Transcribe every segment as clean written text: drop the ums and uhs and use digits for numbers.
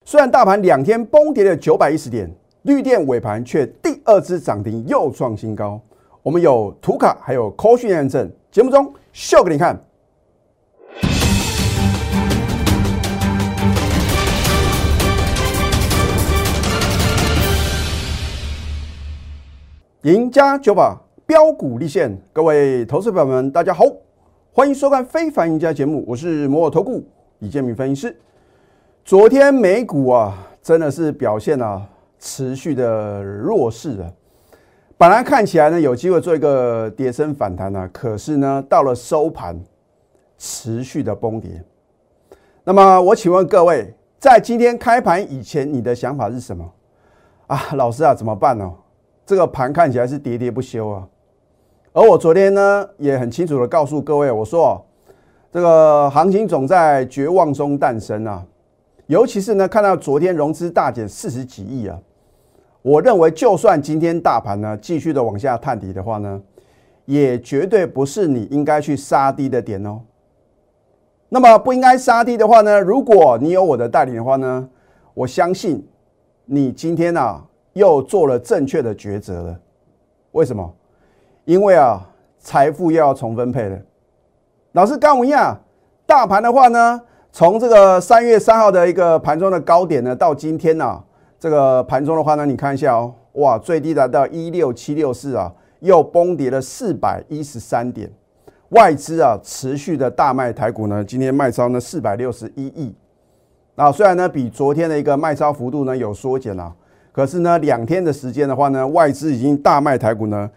虽然大盘2天崩跌了910点，绿电尾盘却第2支涨停又创新高。我们有图卡还有扣讯验证，节目中秀给你看。赢家九法标股立现，各位投资朋友们，大家好，欢迎收看《非凡赢家》节目，我是摩尔投顾李建民分析师。昨天美股真的是表现持续的弱势本来看起来呢有机会做一个跌升反弹可是呢到了收盘持续的崩跌。那么我请问各位，在今天开盘以前，你的想法是什么老师怎么办呢？这个盘看起来是喋喋不休而我昨天呢也很清楚的告诉各位，我说这个行情总在绝望中诞生尤其是呢看到昨天融资大减40几亿我认为就算今天大盘呢继续的往下探底的话呢，也绝对不是你应该去杀低的点那么不应该杀低的话呢，如果你有我的带领的话呢，我相信你今天又做了正确的抉择了。为什么？因为财富又要重分配了。老师跟我一样，大盘的话呢，从这个3月3号的一个盘中的高点呢，到今天这个盘中的话呢，你看一下哇，最低来到16764又崩跌了413点。外资持续的大卖台股呢，今天卖超呢461亿。虽然呢比昨天的一个卖超幅度呢有缩减可是呢2天的时间的话呢，外资已经大卖台股呢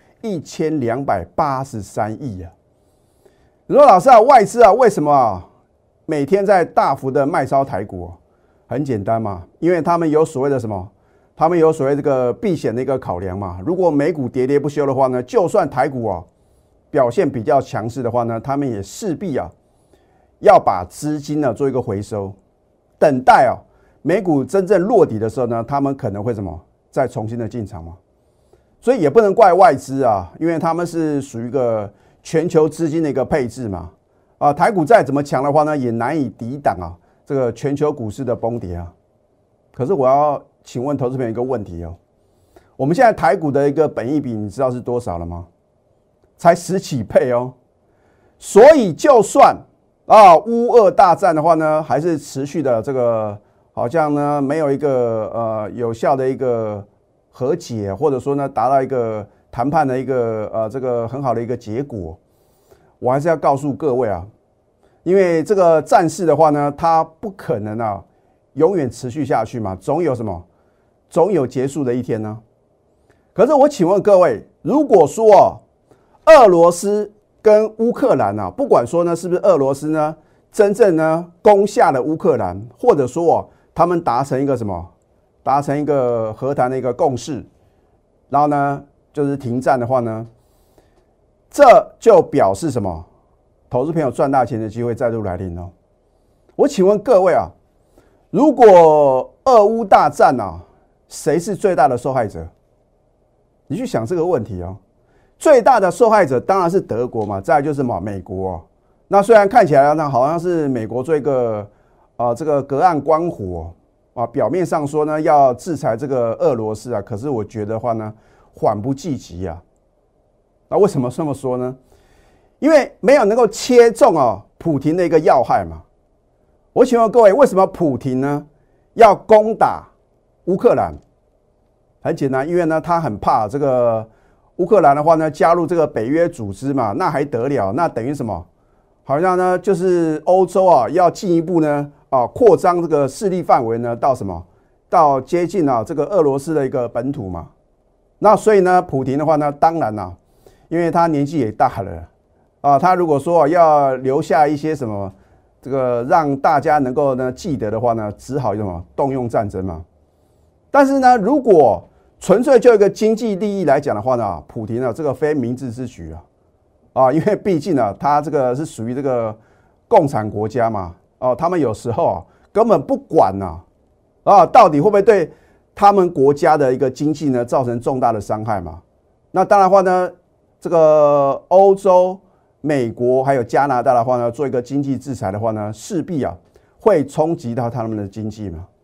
1283亿你说老师外资为什么每天在大幅的卖超台股很简单嘛，因为他们有所谓的什么？他们有所谓这个避险的一个考量嘛。如果美股喋喋不休的话呢，就算台股表现比较强势的话呢，他们也势必要把资金做一个回收，等待美股真正落底的时候呢，他们可能会什么再重新的进场嘛。所以也不能怪外资因为他们是属于一个全球资金的一个配置嘛。台股再怎么强的话呢，也难以抵挡这个全球股市的崩跌可是我要请问投资朋友一个问题我们现在台股的一个本益比你知道是多少了吗？才10几倍所以就算乌俄大战的话呢，还是持续的这个好像呢没有一个有效的一个和解，或者说呢达到一个谈判的一个这个很好的一个结果，我还是要告诉各位因为这个战事的话呢，它不可能永远持续下去嘛，总有什么？总有结束的一天呢。可是我请问各位，如果说俄罗斯跟乌克兰不管说呢是不是俄罗斯呢真正呢攻下了乌克兰，或者说他们达成一个什么？达成一个和谈的一个共识，然后呢就是停战的话呢，这就表示什么？投资朋友赚大钱的机会再度来临我请问各位如果俄乌大战谁是最大的受害者？你去想这个问题最大的受害者当然是德国嘛，再来就是什么美国那虽然看起来好像是美国做一个这个隔岸观火表面上说呢要制裁这个俄罗斯可是我觉得话呢缓不济急那为什么这么说呢？因为没有能够切中普丁的一个要害嘛。我请问各位，为什么普丁呢要攻打乌克兰？很简单，因为呢他很怕这个乌克兰的话呢加入这个北约组织嘛，那还得了？那等于什么？好像呢就是欧洲要进一步呢扩张这个势力范围呢到什么？到接近这个俄罗斯的一个本土嘛。那所以呢普丁的话呢，当然因为他年纪也大了他如果说要留下一些什么这个让大家能够呢记得的话呢，只好什么动用战争嘛。但是呢，如果纯粹就一个经济利益来讲的话呢，普丁这个非明智之举因为毕竟他这个是属于这个共产国家嘛他们有时候根本不管到底会不会对他们国家的一个经济呢造成重大的伤害嘛。那当然的话呢，这个欧洲、美国还有加拿大的话呢，做一个经济制裁的话呢，势必会冲击到他们的经济嘛。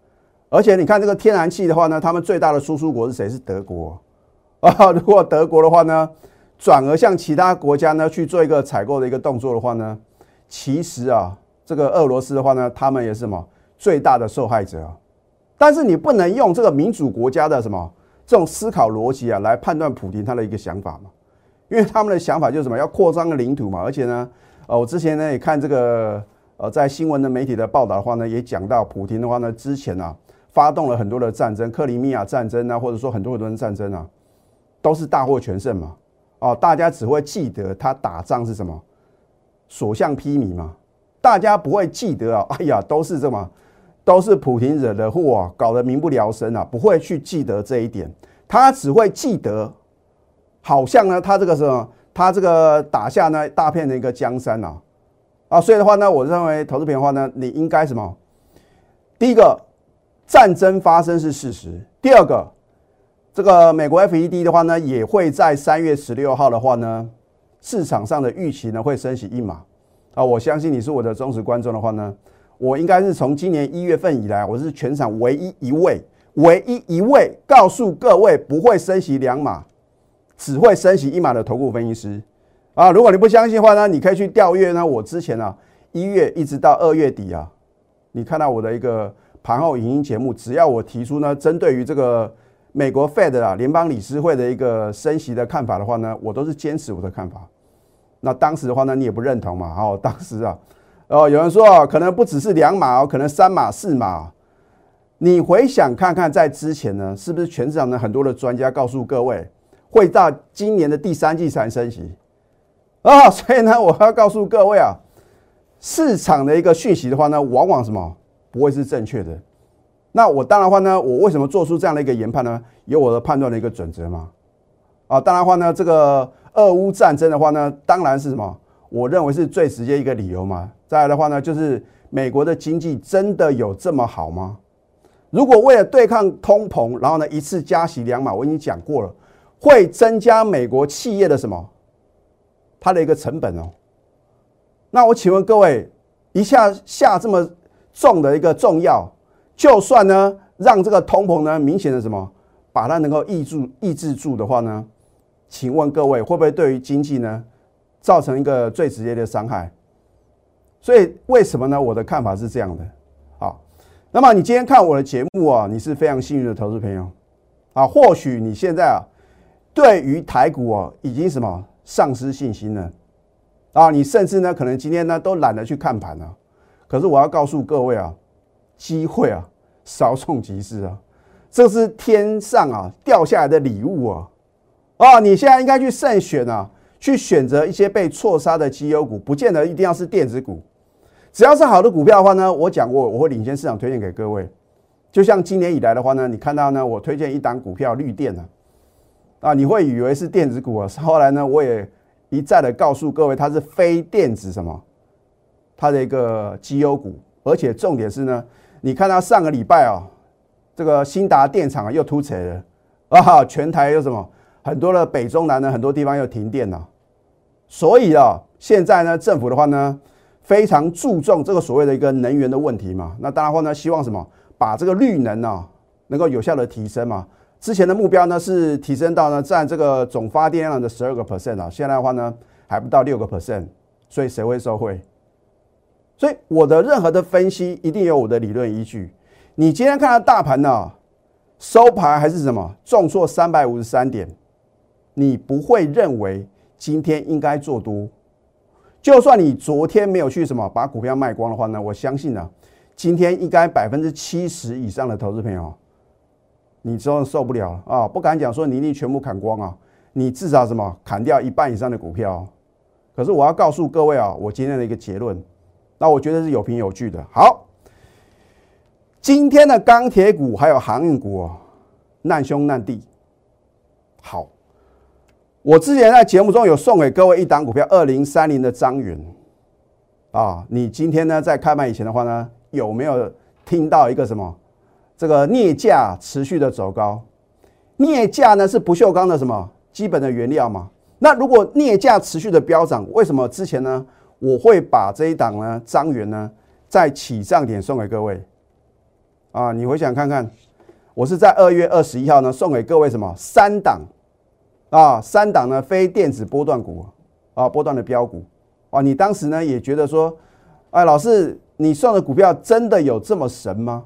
而且你看这个天然气的话呢，他们最大的输出国是谁？是德国啊。如果德国的话呢，转而向其他国家呢去做一个采购的一个动作的话呢，其实啊，这个俄罗斯的话呢，他们也是什么最大的受害者啊。但是你不能用这个民主国家的什么这种思考逻辑啊来判断普丁他的一个想法嘛，因为他们的想法就是什么要扩张的领土嘛，而且呢，我之前呢也看这个在新闻的媒体的报道的话呢，也讲到普丁的话呢，之前啊发动了很多的战争，克里米亚战争啊，或者说很多的战争啊，都是大获全胜嘛。大家只会记得他打仗是什么所向披靡嘛，大家不会记得啊，哎呀，都是什么，都是普丁惹的祸啊，搞得民不聊生啊，不会去记得这一点，他只会记得，好像呢，他这个什么，他这个打下呢大片的一个江山啊，所以的话呢，我认为投资朋友的话呢，你应该什么？第一个，战争发生是事实；第二个，这个美国 FED 的话呢，也会在3月16号的话呢，市场上的预期呢会升息1码啊。我相信你是我的忠实观众的话呢，我应该是从今年1月份以来，我是全场唯一一位告诉各位不会升息2码，只会升息1码的投顾分析师啊。如果你不相信的话呢，你可以去调阅呢，我之前1月一直到2月底啊，你看到我的一个盘后影音节目，只要我提出呢，针对于这个美国 Fed 联邦理事会的一个升息的看法的话呢，我都是坚持我的看法。那当时的话呢，你也不认同嘛？当时有人说可能不只是2码可能3码、4码。你回想看看，在之前呢，是不是全市场呢很多的专家告诉各位，会到今年的第3季才升息所以呢，我要告诉各位市场的一个讯息的话呢，往往什么不会是正确的。那我当然话呢，我为什么做出这样的一个研判呢？有我的判断的一个准则嘛。当然话呢，这个俄乌战争的话呢，当然是什么？我认为是最直接一个理由嘛。再来的话呢，就是美国的经济真的有这么好吗？如果为了对抗通膨，然后呢一次加息2码，我已经讲过了，会增加美国企业的什么？它的一个成本那我请问各位，一下下这么重的一个重药，就算呢让这个通膨呢明显的什么，把它能够抑制住的话呢，请问各位会不会对于经济呢造成一个最直接的伤害？所以为什么呢？我的看法是这样的。好，那么你今天看我的节目你是非常幸运的投资朋友或许你现在对于台股已经什么丧失信心了你甚至呢可能今天呢都懒得去看盘了。可是我要告诉各位机会稍纵即逝这是天上掉下来的礼物你现在应该去慎选去选择一些被错杀的绩优股，不见得一定要是电子股，只要是好的股票的话呢，我讲过我会领先市场推荐给各位。就像今年以来的话呢，你看到呢我推荐一档股票绿电你会以为是电子股后来呢我也一再的告诉各位，它是非电子什么，它的一个绩优股，而且重点是呢，你看到上个礼拜这个新达电厂又突锤了全台有什么很多的北中南呢很多地方又停电了，所以现在呢政府的话呢非常注重这个所谓的一个能源的问题嘛，那当然话呢希望什么把这个绿能能够有效的提升嘛。之前的目标呢是提升到呢占这个总发电量的12%现在的话呢还不到6%，所以谁会受惠？所以我的任何的分析一定有我的理论依据。你今天看到大盘收盘还是什么重挫353点，你不会认为今天应该做多。就算你昨天没有去什么把股票卖光的话呢，我相信今天应该70%以上的投资朋友你之后受不了了不敢讲说你一定全部砍光你至少什么砍掉1半以上的股票可是我要告诉各位我今天的一个结论，那我觉得是有凭有据的。好，今天的钢铁股还有航运股难兄难弟。好，我之前在节目中有送给各位一档股票2030的彰源你今天呢在开盘以前的话呢，有没有听到一个什么这个镍价持续的走高？镍价呢是不锈钢的什么基本的原料嘛？那如果镍价持续的飙涨，为什么之前呢我会把这一档呢彰源呢在起涨点送给各位？ 啊，你回想看看，我是在2月21号呢送给各位什么3档啊，3档呢非电子波段股啊，波段的标股啊，你当时呢也觉得说，哎，老师你送的股票真的有这么神吗？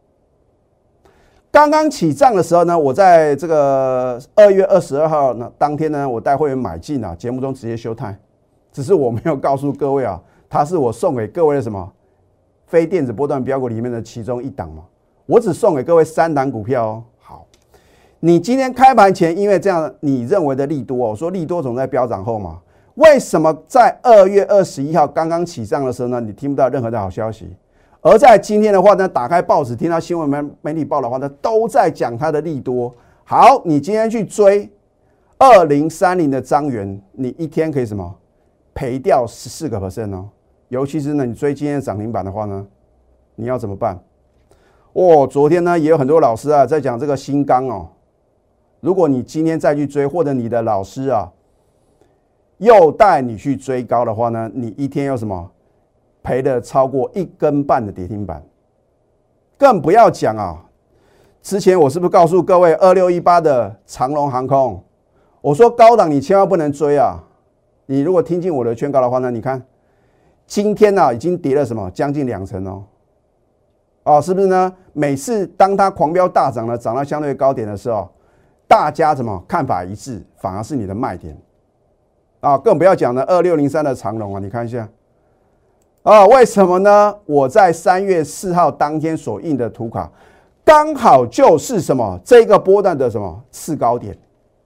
刚刚起涨的时候呢，我在这个2月22号呢当天呢，我带会员买进啊，节目中直接休态，只是我没有告诉各位啊，它是我送给各位的什么非电子波段标股里面的其中一档嘛，我只送给各位3档股票哦。好，你今天开盘前因为这样你认为的利多哦，我说利多总在飙涨后嘛，为什么在2月21号刚刚起涨的时候呢，你听不到任何的好消息？而在今天的话呢，打开报纸听到新闻媒体报的话呢，都在讲它的利多。好，你今天去追2030的张元，你一天可以什么赔掉14% 哦。尤其是呢，你追今天的涨停板的话呢，你要怎么办？哦，昨天呢也有很多老师啊在讲这个新钢哦。如果你今天再去追，或者你的老师啊又带你去追高的话呢，你一天有什么？赔了超过1根半的跌停板，更不要讲啊！之前我是不是告诉各位2618的长荣航空，我说高档你千万不能追啊！你如果听进我的劝告的话呢，你看今天已经跌了什么将近2成哦，哦，是不是呢？每次当它狂飙大涨了，涨到相对高点的时候，大家什么看法一致，反而是你的卖点啊！更不要讲呢2603的长荣啊，你看一下。为什么呢？我在3月4号当天所印的图卡，刚好就是什么这个波段的什么次高点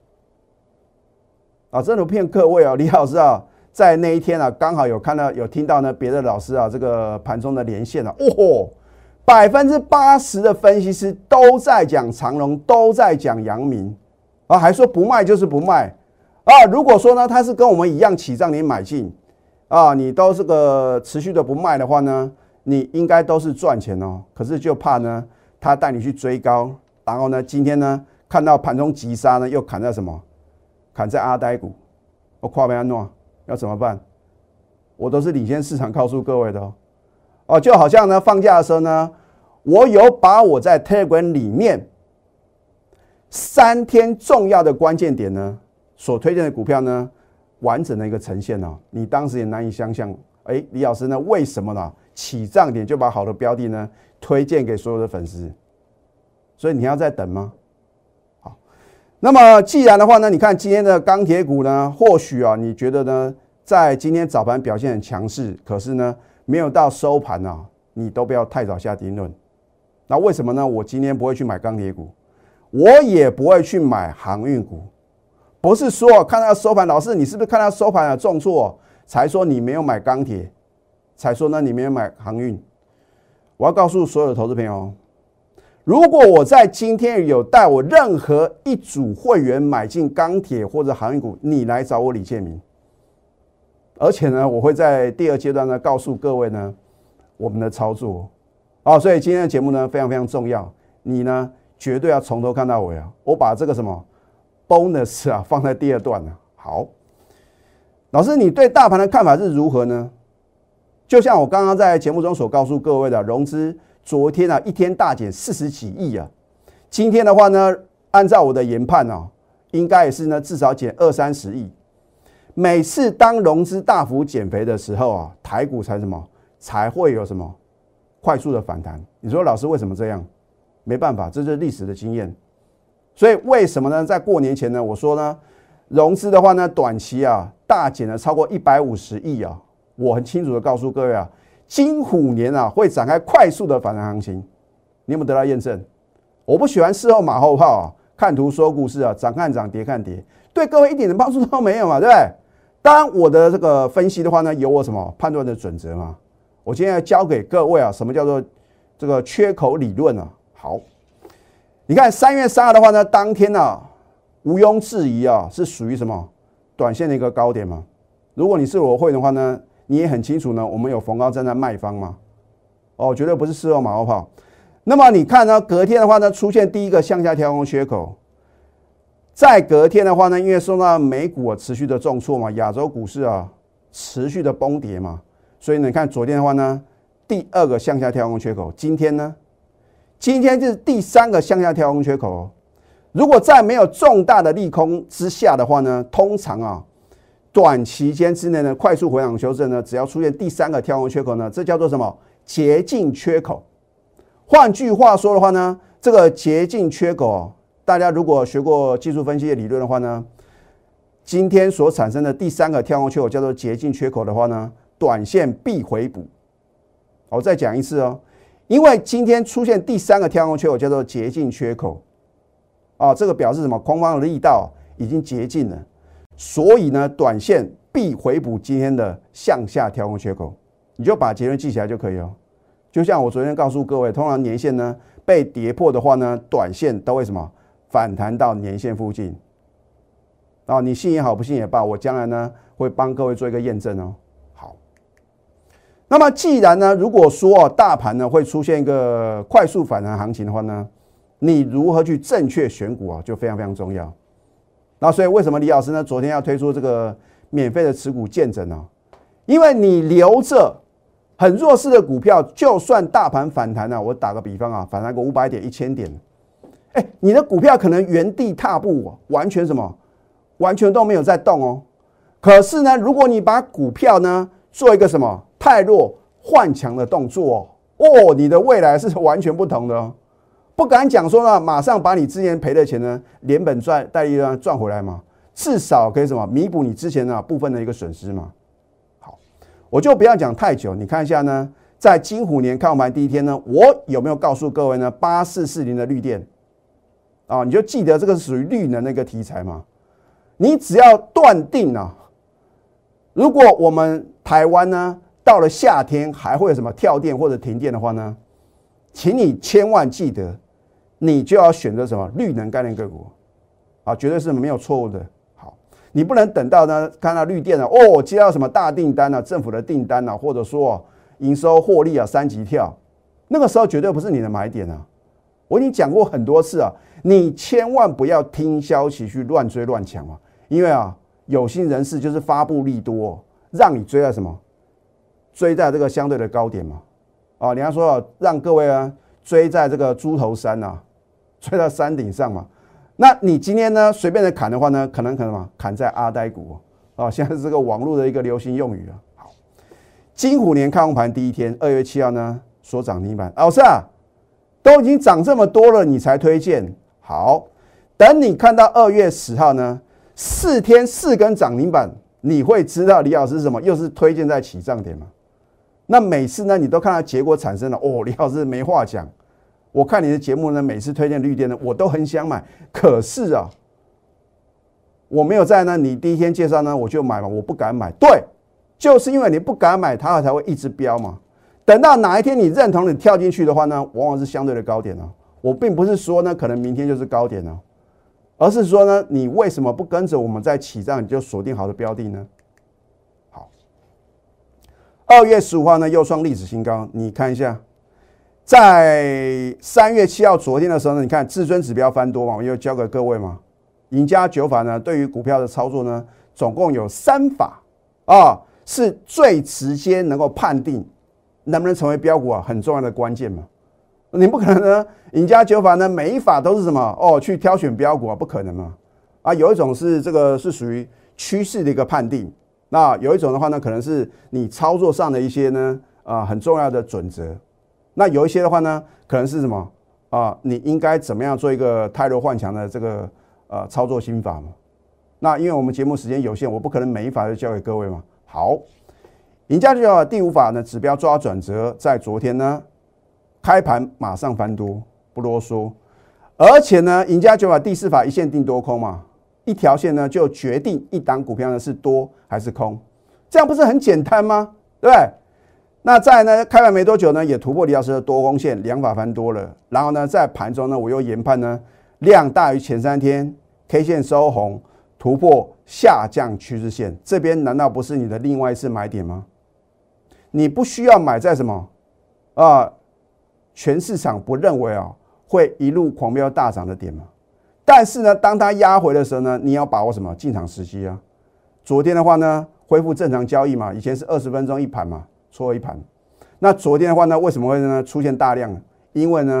啊！真的不骗各位啊，李老师啊，在那一天啊，刚好有看到有听到呢别的老师啊，这个盘中的连线啊，80%的分析师都在讲长荣，都在讲阳明啊，还说不卖就是不卖啊！如果说呢，他是跟我们一样起涨，你买进。啊，你都这个持续的不卖的话呢，你应该都是赚钱哦。可是就怕呢，他带你去追高，然后呢，今天呢看到盘中急杀呢，又砍在什么？砍在阿呆股，我跨没安诺要怎么办？我都是领先市场告诉各位的哦。哦，就好像呢放假的时候呢，我有把我在 Telegram 里面3天重要的关键点呢，所推荐的股票呢。完整的一个呈现哦，你当时也难以想象，哎，李老师呢，为什么呢？起涨点就把好的标的呢推荐给所有的粉丝，所以你要再等吗？好，那么既然的话呢，你看今天的钢铁股呢，或许啊，你觉得呢，在今天早盘表现很强势，可是呢，没有到收盘啊，你都不要太早下定论。那为什么呢？我今天不会去买钢铁股，我也不会去买航运股。不是说看到收盘，老师你是不是看到收盘重挫才说你没有买钢铁，才说呢你没有买航运？我要告诉所有的投资朋友，如果我在今天有带我任何一组会员买进钢铁或者航运股，你来找我李建明，而且呢我会在第2阶段呢告诉各位呢我们的操作所以今天的节目呢非常非常重要，你呢绝对要从头看到尾啊！我把这个什么bonus 啊放在第2段了。好，老师，你对大盘的看法是如何呢？就像我刚刚在节目中所告诉各位的，融资昨天一天大减40几亿啊，今天的话呢，按照我的研判应该也是呢至少减20-30亿。每次当融资大幅减肥的时候台股才会有什么快速的反弹。你说老师为什么这样？没办法，这就是历史的经验。所以为什么呢？在过年前呢，我说呢，融资的话呢，短期大减了超过150亿我很清楚的告诉各位金虎年会展开快速的反弹行情。你有没有得到验证？我不喜欢事后马后炮看图说故事涨看涨跌看跌，对各位一点的帮助都没有嘛，对不对？当然我的这个分析的话呢，有我什么判断的准则嘛。我今天要教给各位什么叫做这个缺口理论好。你看3月3号的话呢，当天毋庸置疑是属于什么短线的一个高点嘛。如果你是我会的话呢，你也很清楚呢，我们有逢高站在卖方嘛，绝对不是事后马后炮。那么你看呢，隔天的话呢，出现第一个向下跳空缺口，在隔天的话呢，因为受到美股持续的重挫嘛，亚洲股市持续的崩跌嘛，所以你看昨天的话呢，第2个向下跳空缺口，今天呢？ 今天是第3个向下跳空缺口哦。如果在没有重大的利空之下的话呢，通常啊，短期间之内呢，快速回档修正呢，只要出现第3个跳空缺口呢，这叫做什么？捷径缺口。换句话说的话呢，这个捷径缺口，大家如果学过技术分析的理论的话呢，今天所产生的第3个跳空缺口叫做捷径缺口的话呢，短线必回补。我再讲一次哦，因为今天出现第3个跳空缺口叫做捷径缺口。这个表示什么？空方的力道已经竭尽了，所以呢，短线必回补今天的向下跳空缺口，你就把结论记起来就可以了。就像我昨天告诉各位，通常年线呢被跌破的话呢，短线都会什么反弹到年线附近。你信也好，不信也罢，我将来呢会帮各位做一个验证哦。好，那么既然呢，如果说大盘呢会出现一个快速反弹行情的话呢，你如何去正确选股就非常非常重要。那所以为什么李老师呢昨天要推出这个免费的持股见证呢？因为你留着很弱势的股票，就算大盘反弹我打个比方反弹个500点、1000点，你的股票可能原地踏步完全什么，完全都没有在动哦。可是呢，如果你把股票呢做一个什么太弱换强的动作你的未来是完全不同的哦。不敢讲说呢，马上把你之前赔的钱呢，连本带利赚回来嘛，至少可以什么弥补你之前部分的一个损失嘛。好，我就不要讲太久，你看一下呢，在金虎年开红盘第一天呢，我有没有告诉各位呢？8440的绿电你就记得这个是属于绿能的一个题材嘛。你只要断定如果我们台湾呢到了夏天还会有什么跳电或者停电的话呢，请你千万记得。你就要选择什么绿能概念个股绝对是没有错误的。好，你不能等到呢看到绿电接到什么大订单政府的订单或者说营收获利3级跳，那个时候绝对不是你的买点我已经讲过很多次你千万不要听消息去乱追乱抢因为有心人士就是发布利多让你追在什么？追在这个相对的高点嘛你要说让各位追在这个猪头山追到山顶上嘛，那你今天呢随便的砍的话呢，可能砍在阿呆股现在是这个网络的一个流行用语好，金虎年开红盘第一天2月7号呢所涨停板，老师都已经涨这么多了，你才推荐。好，等你看到2月10号呢4天4根涨停板，你会知道李老师是什么，又是推荐在起涨点嘛。那每次呢你都看到结果产生了李老师没话讲。我看你的节目呢，每次推荐绿电呢，我都很想买，可是我没有在呢你第一天介绍呢我就买嘛，我不敢买。对，就是因为你不敢买，它才会一直飙嘛。等到哪一天你认同你跳进去的话呢，往往是相对的高点我并不是说呢可能明天就是高点而是说呢你为什么不跟着我们在起涨你就锁定好的标的呢？好，2月15号呢又创历史新高，你看一下。在3月7号昨天的时候呢，你看至尊指标翻多嘛，我又教给各位嘛。赢家9法呢，对于股票的操作呢，总共有3法是最直接能够判定能不能成为标股很重要的关键嘛。你不可能呢，赢家9法呢每一法都是什么去挑选标股不可能嘛。有一种是这个是属于趋势的一个判定，那有一种的话呢，可能是你操作上的一些呢很重要的准则。那有一些的话呢，可能是什么你应该怎么样做一个汰弱换强的这个操作心法嘛？那因为我们节目时间有限，我不可能每一法都教给各位嘛。好，赢家9法第5法呢，指标抓转折，在昨天呢开盘马上翻多，不啰嗦。而且呢，赢家9法第4法一线定多空嘛，一条线呢就决定一档股票呢是多还是空，这样不是很简单吗？对不对？那在呢开盘没多久呢，也突破李老师的多空线，2法翻多了。然后呢，在盘中呢，我又研判呢，量大于前3天 K 线收红，突破下降趋势线，这边难道不是你的另外一次买点吗？你不需要买在什么全市场不认为会一路狂飙大涨的点嘛？但是呢，当它压回的时候呢，你要把握什么进场时机昨天的话呢，恢复正常交易嘛，以前是20分钟一盘嘛。撮一盘，那昨天的话呢，为什么会呢出现大量？因为呢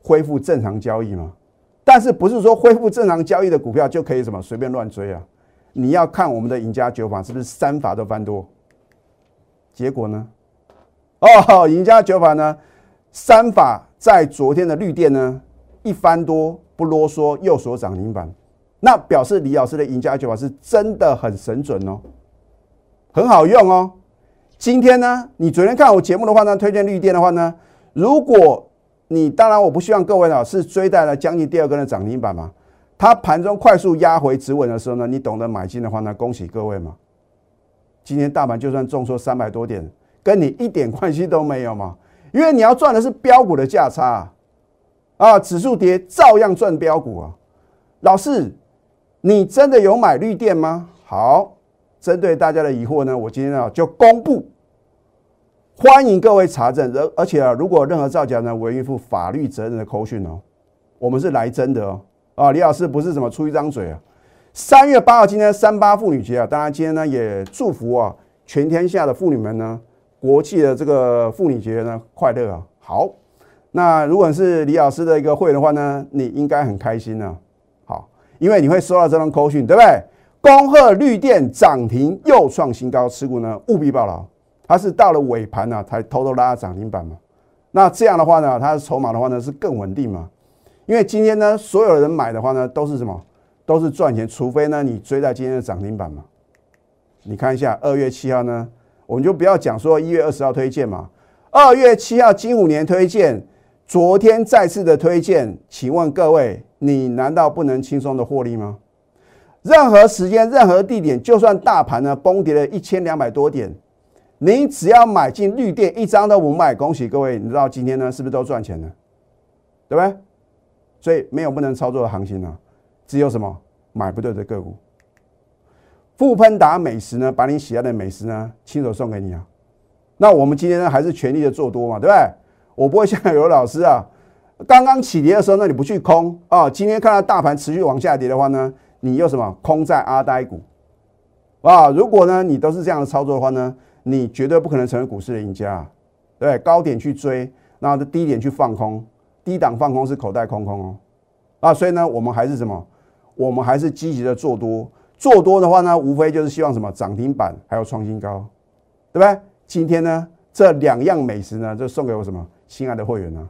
恢复正常交易嘛。但是不是说恢复正常交易的股票就可以什么随便乱追啊？你要看我们的赢家九法是不是三法都翻多？结果呢？赢家九法呢，三法在昨天的绿电呢一翻多，不啰嗦又锁涨停板，那表示李老师的赢家九法是真的很神准哦，很好用哦。今天呢，你昨天看我节目的话呢，推荐绿电的话呢，如果你当然我不希望各位呢是追在了将近第二根的涨停板嘛，它盘中快速压回止稳的时候呢，你懂得买进的话呢，恭喜各位嘛。今天大盘就算重挫300多点，跟你一点关系都没有嘛，因为你要赚的是标股的价差啊，指数跌照样赚标股啊。老师，你真的有买绿电吗？好，针对大家的疑惑呢，我今天呢就公布，欢迎各位查证，而且啊，如果有任何造假呢，我愿意负法律责任的扣讯哦。我们是来真的哦，李老师不是什么出一张嘴啊。3月8号今天38妇女节啊，当然今天呢也祝福啊全天下的妇女们呢，国际的这个妇女节呢快乐啊。好，那如果是李老师的一个会员的话呢，你应该很开心啊。好，因为你会收到这张扣讯，对不对？恭贺绿电涨停又创新高，持股呢务必抱牢。它是到了尾盘呢才偷偷拉涨停板嘛。那这样的话呢，它的筹码的话呢是更稳定嘛。因为今天呢，所有人买的话呢都是什么？都是赚钱，除非呢你追在今天的涨停板嘛。你看一下2月7号呢，我们就不要讲说1月20号推荐嘛。2月7号金虎年推荐，昨天再次的推荐，请问各位，你难道不能轻松的获利吗？任何时间、任何地点，就算大盘呢崩跌了1200多点，你只要买进绿电一张都不卖，恭喜各位，你知道今天呢是不是都赚钱了？对不对？所以没有不能操作的行情啊。只有什么买不对的个股。富喷达美食呢，把你喜爱的美食呢亲手送给你啊。那我们今天呢还是全力的做多嘛，对不对？我不会像有的老师啊，刚刚起跌的时候呢你不去空啊，今天看到大盘持续往下跌的话呢，你又什么空在阿呆股啊？如果呢你都是这样的操作的话呢，你绝对不可能成为股市的赢家啊，对不对？高点去追，然后低点去放空，低档放空是口袋空空哦。啊，所以呢，我们还是什么？我们还是积极的做多。做多的话呢，无非就是希望什么涨停板还有创新高，对不对？今天呢，这2样美食呢，就送给我什么亲爱的会员呢？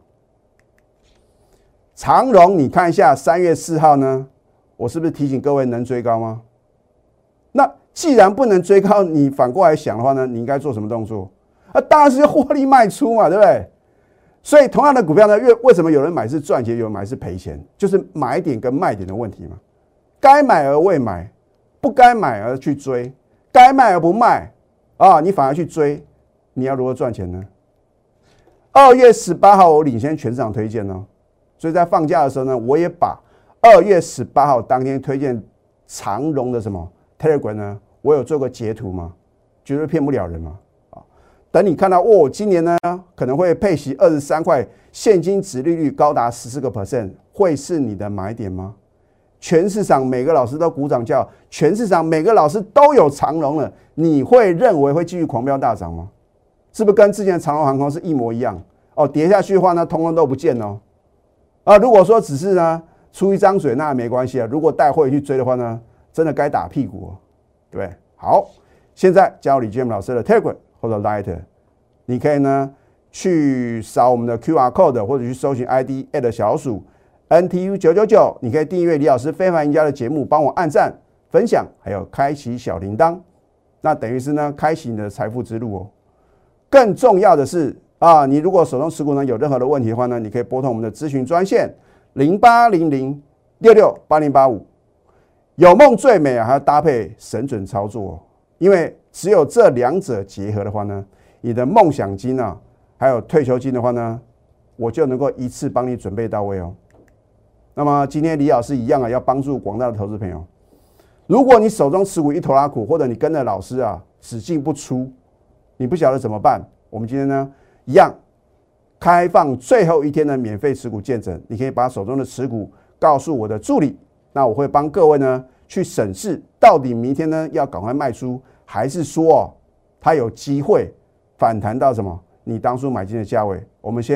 长荣，你看一下3月4号呢，我是不是提醒各位能追高吗？那既然不能追高，你反过来想的话呢，你应该做什么动作？当然是获利卖出嘛，对不对？所以同样的股票呢，为什么有人买是赚钱，有人买是赔钱？就是买点跟卖点的问题嘛。该买而未买，不该买而去追，该卖而不卖啊，你反而去追，你要如何赚钱呢？2月18号我领先全市场推荐哦，所以在放假的时候呢，我也把2月18号当天推荐长荣的什么 Telegram 呢，我有做个截图嘛，绝对骗不了人嘛。等你看到今年呢可能会配息23块，现金殖利率高达14%，会是你的买点吗？全市场每个老师都鼓掌叫，全市场每个老师都有长荣了，你会认为会继续狂飙大涨吗？是不是跟之前的长荣航空是一模一样？跌下去的话呢，通通都不见哦。如果说只是呢出一张嘴，那也没关系啊。如果带会去追的话呢，真的该打屁股哦，对不对？好，现在加入李建老师的 Telegram 或者 Light， 你可以呢去扫我们的 QR Code， 或者去搜寻 ID @NTU999， 你可以订阅李老师非凡赢家的节目，帮我按赞、分享，还有开启小铃铛，那等于是呢开启你的财富之路哦。更重要的是你如果手中持股呢有任何的问题的话呢，你可以拨通我们的咨询专线0800668085。有梦最美还要搭配神准操作哦，因为只有这2者结合的话呢，你的梦想金还有退休金的话呢，我就能够一次帮你准备到位哦。那么今天李老师一样要帮助广大的投资朋友，如果你手中持股一头拉苦，或者你跟着老师只进不出，你不晓得怎么办，我们今天呢一样开放最后一天的免费持股见证，你可以把手中的持股告诉我的助理，那我会帮各位呢去审视，到底明天呢要赶快卖出，还是说它有机会反弹到什么你当初买进的价位。我们先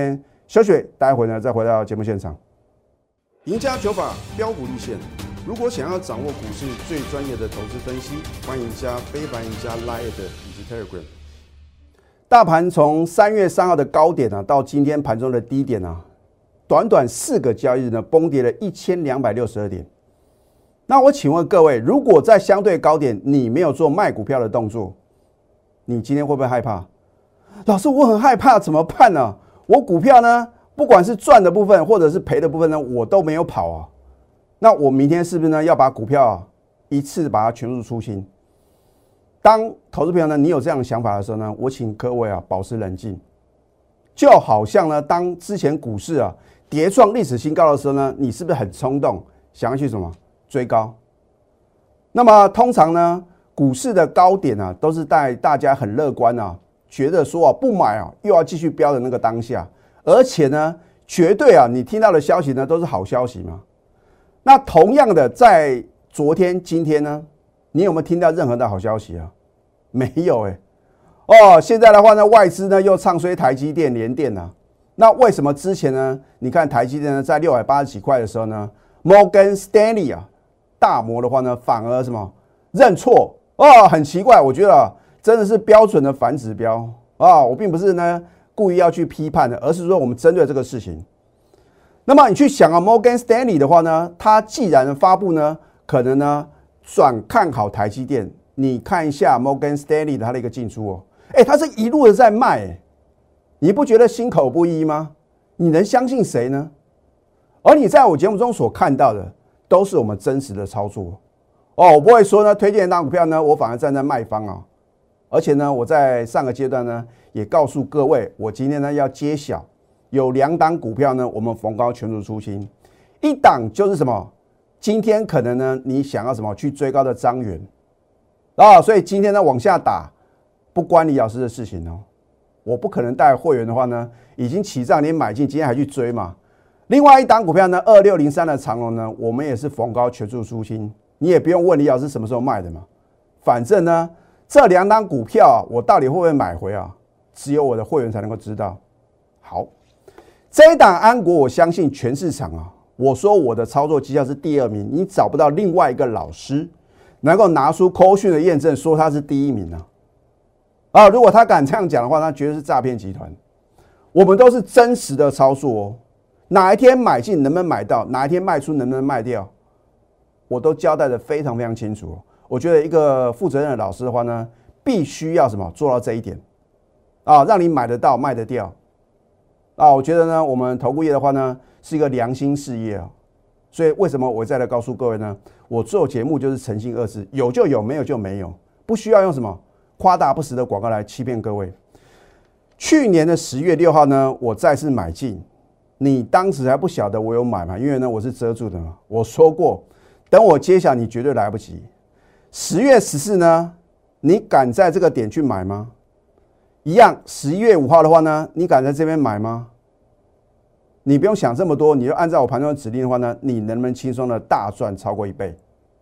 休息，待会呢再回到节目现场。赢家九法标股立线，如果想要掌握股市最专业的投资分析，欢迎加非凡、赢家 Line 以及 Telegram。大盘从3月3号的高点啊，到今天盘中的低点啊，短短4个交易日呢，崩跌了1262点。那我请问各位，如果在相对高点你没有做卖股票的动作，你今天会不会害怕？老师，我很害怕，怎么办呢？我股票呢，不管是赚的部分或者是赔的部分呢，我都没有跑啊。那我明天是不是呢要把股票一次把它全数出清？当投资朋友呢，你有这样的想法的时候呢，我请各位保持冷静。就好像呢，当之前股市跌创历史新高的时候呢，你是不是很冲动，想要去什么追高？那么通常呢，股市的高点都是在大家很乐观觉得说不买又要继续飙的那个当下，而且呢，绝对你听到的消息呢都是好消息嘛。那同样的，在昨天、今天呢，你有没有听到任何的好消息啊？没有现在的话呢，外资呢又唱衰台积电、联电那为什么之前呢？你看台积电呢在680几块的时候呢 ，Morgan Stanley 大摩的话呢，反而什么认错很奇怪，我觉得真的是标准的反指标我并不是呢故意要去批判的，而是说我们针对这个事情。那么你去想Morgan Stanley 的话呢，它既然发布呢，可能呢转看好台积电，你看一下 Morgan Stanley 的它的一个进出它是一路的在卖你不觉得心口不一吗？你能相信谁呢？而你在我节目中所看到的，都是我们真实的操作我不会说呢推荐一档股票呢，我反而站在卖方而且呢，我在上个阶段呢，也告诉各位，我今天呢要揭晓有2档股票呢，我们逢高全数出清，一档就是什么？今天可能呢，你想要什么去追高的张元所以今天呢往下打，不关李老师的事情我不可能带会员的话呢，已经起涨你买进，今天还去追嘛。另外一档股票呢，2603的长荣呢，我们也是逢高全数出清，你也不用问李老师什么时候卖的嘛，反正呢。这2档股票我到底会不会买回只有我的会员才能够知道。好，这一档安国，我相信全市场我说我的操作绩效是第2名，你找不到另外一个老师能够拿出扣讯的验证说他是第1名如果他敢这样讲的话，那绝对是诈骗集团。我们都是真实的操作哪一天买进能不能买到，哪一天卖出能不能卖掉，我都交代的非常非常清楚我觉得一个负责任的老师的话呢，必须要什么做到这一点让你买得到卖得掉我觉得呢，我们投顾业的话呢，是一个良心事业所以为什么我再来告诉各位呢？我做节目就是诚信2字，有就有，没有就没有，不需要用什么夸大不实的广告来欺骗各位。去年的10月6号呢，我再次买进，你当时还不晓得我有买嘛？因为呢我是遮住的嘛。我说过，等我揭晓，你绝对来不及。10月14呢，你敢在这个点去买吗？一样，11月5号的话呢，你敢在这边买吗？你不用想这么多，你就按照我盘中的指令的话呢，你能不能轻松的大赚超过1倍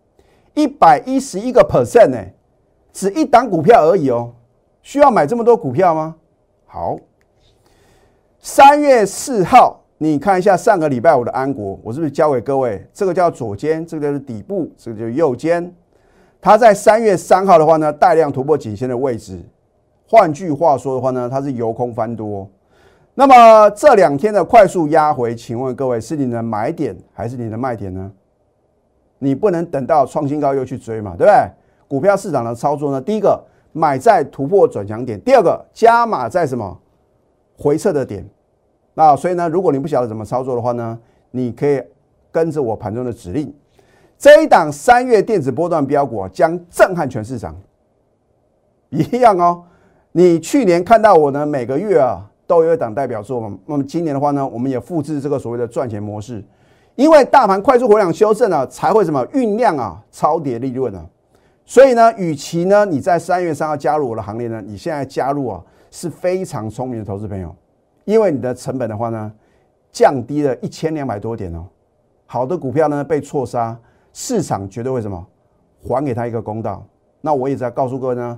？111%只一档股票而已需要买这么多股票吗？好，3月4号，你看一下上个礼拜五的安国，我是不是教给各位，这个叫左肩，这个就是底部，这个就是右肩。它在3月3号的话呢，带量突破颈线的位置，换句话说的话呢，它是由空翻多。那么这2天的快速压回，请问各位是你的买点还是你的卖点呢？你不能等到创新高又去追嘛，对不对？股票市场的操作呢，第一个买在突破转强点，第二个加码在什么回撤的点。那所以呢，如果你不晓得怎么操作的话呢，你可以跟着我盘中的指令。这一档3月电子波段标股将震撼全市场，一样你去年看到我呢，每个月都有一档代表作嘛。那么今年的话呢，我们也复制这个所谓的赚钱模式，因为大盘快速回档修正才会什么酝酿超跌利润所以呢，与其呢你在3月3号加入我的行列呢，你现在加入是非常聪明的投资朋友，因为你的成本的话呢，降低了1200多点好的股票呢被错杀，市场绝对会什么还给他一个公道。那我也在告诉各位呢，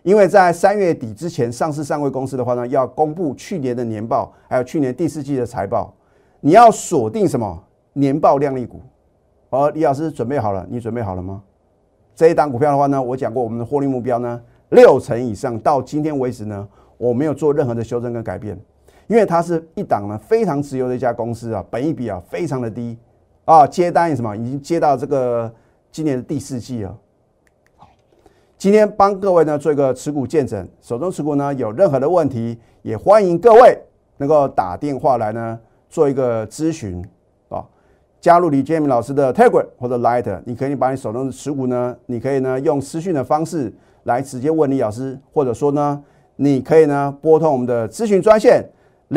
因为在3月底之前，上市上柜公司的话呢，要公布去年的年报，还有去年第4季的财报，你要锁定什么年报亮丽股。李老师准备好了，你准备好了吗？这一档股票的话呢，我讲过我们的获利目标呢，60%以上，到今天为止呢，我没有做任何的修正跟改变，因为它是一档呢非常直优的一家公司啊，本益比啊非常的低啊，接单什么已经接到这个今年的第4季了。今天帮各位呢做一个持股见证，手中持股呢有任何的问题，也欢迎各位能够打电话来呢做一个咨询啊。加入李建明老师的 Telegram 或者 Line， 你可以把你手中的持股呢，你可以呢用私讯的方式来直接问李老师，或者说呢，你可以呢拨通我们的咨询专线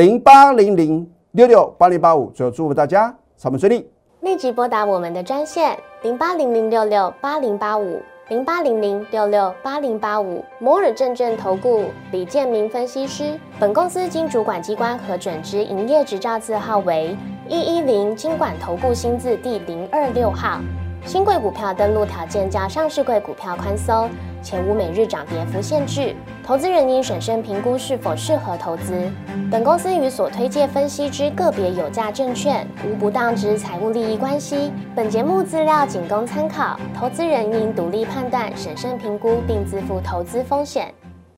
0800668085。最后祝福大家操盘顺利， 立即拨打我们的专线08006680850800668085。摩尔证券投顾李建明分析师。本公司经主管机关核准之营业执照字号为110金管投顾新字第026号。新贵股票登录条件较上市贵股票宽松，且无每日涨跌幅限制。投资人应审慎评估是否适合投资。本公司与所推介分析之个别有价证券无不当之财务利益关系。本节目资料仅供参考，投资人应独立判断、审慎评估，并自负投资风险。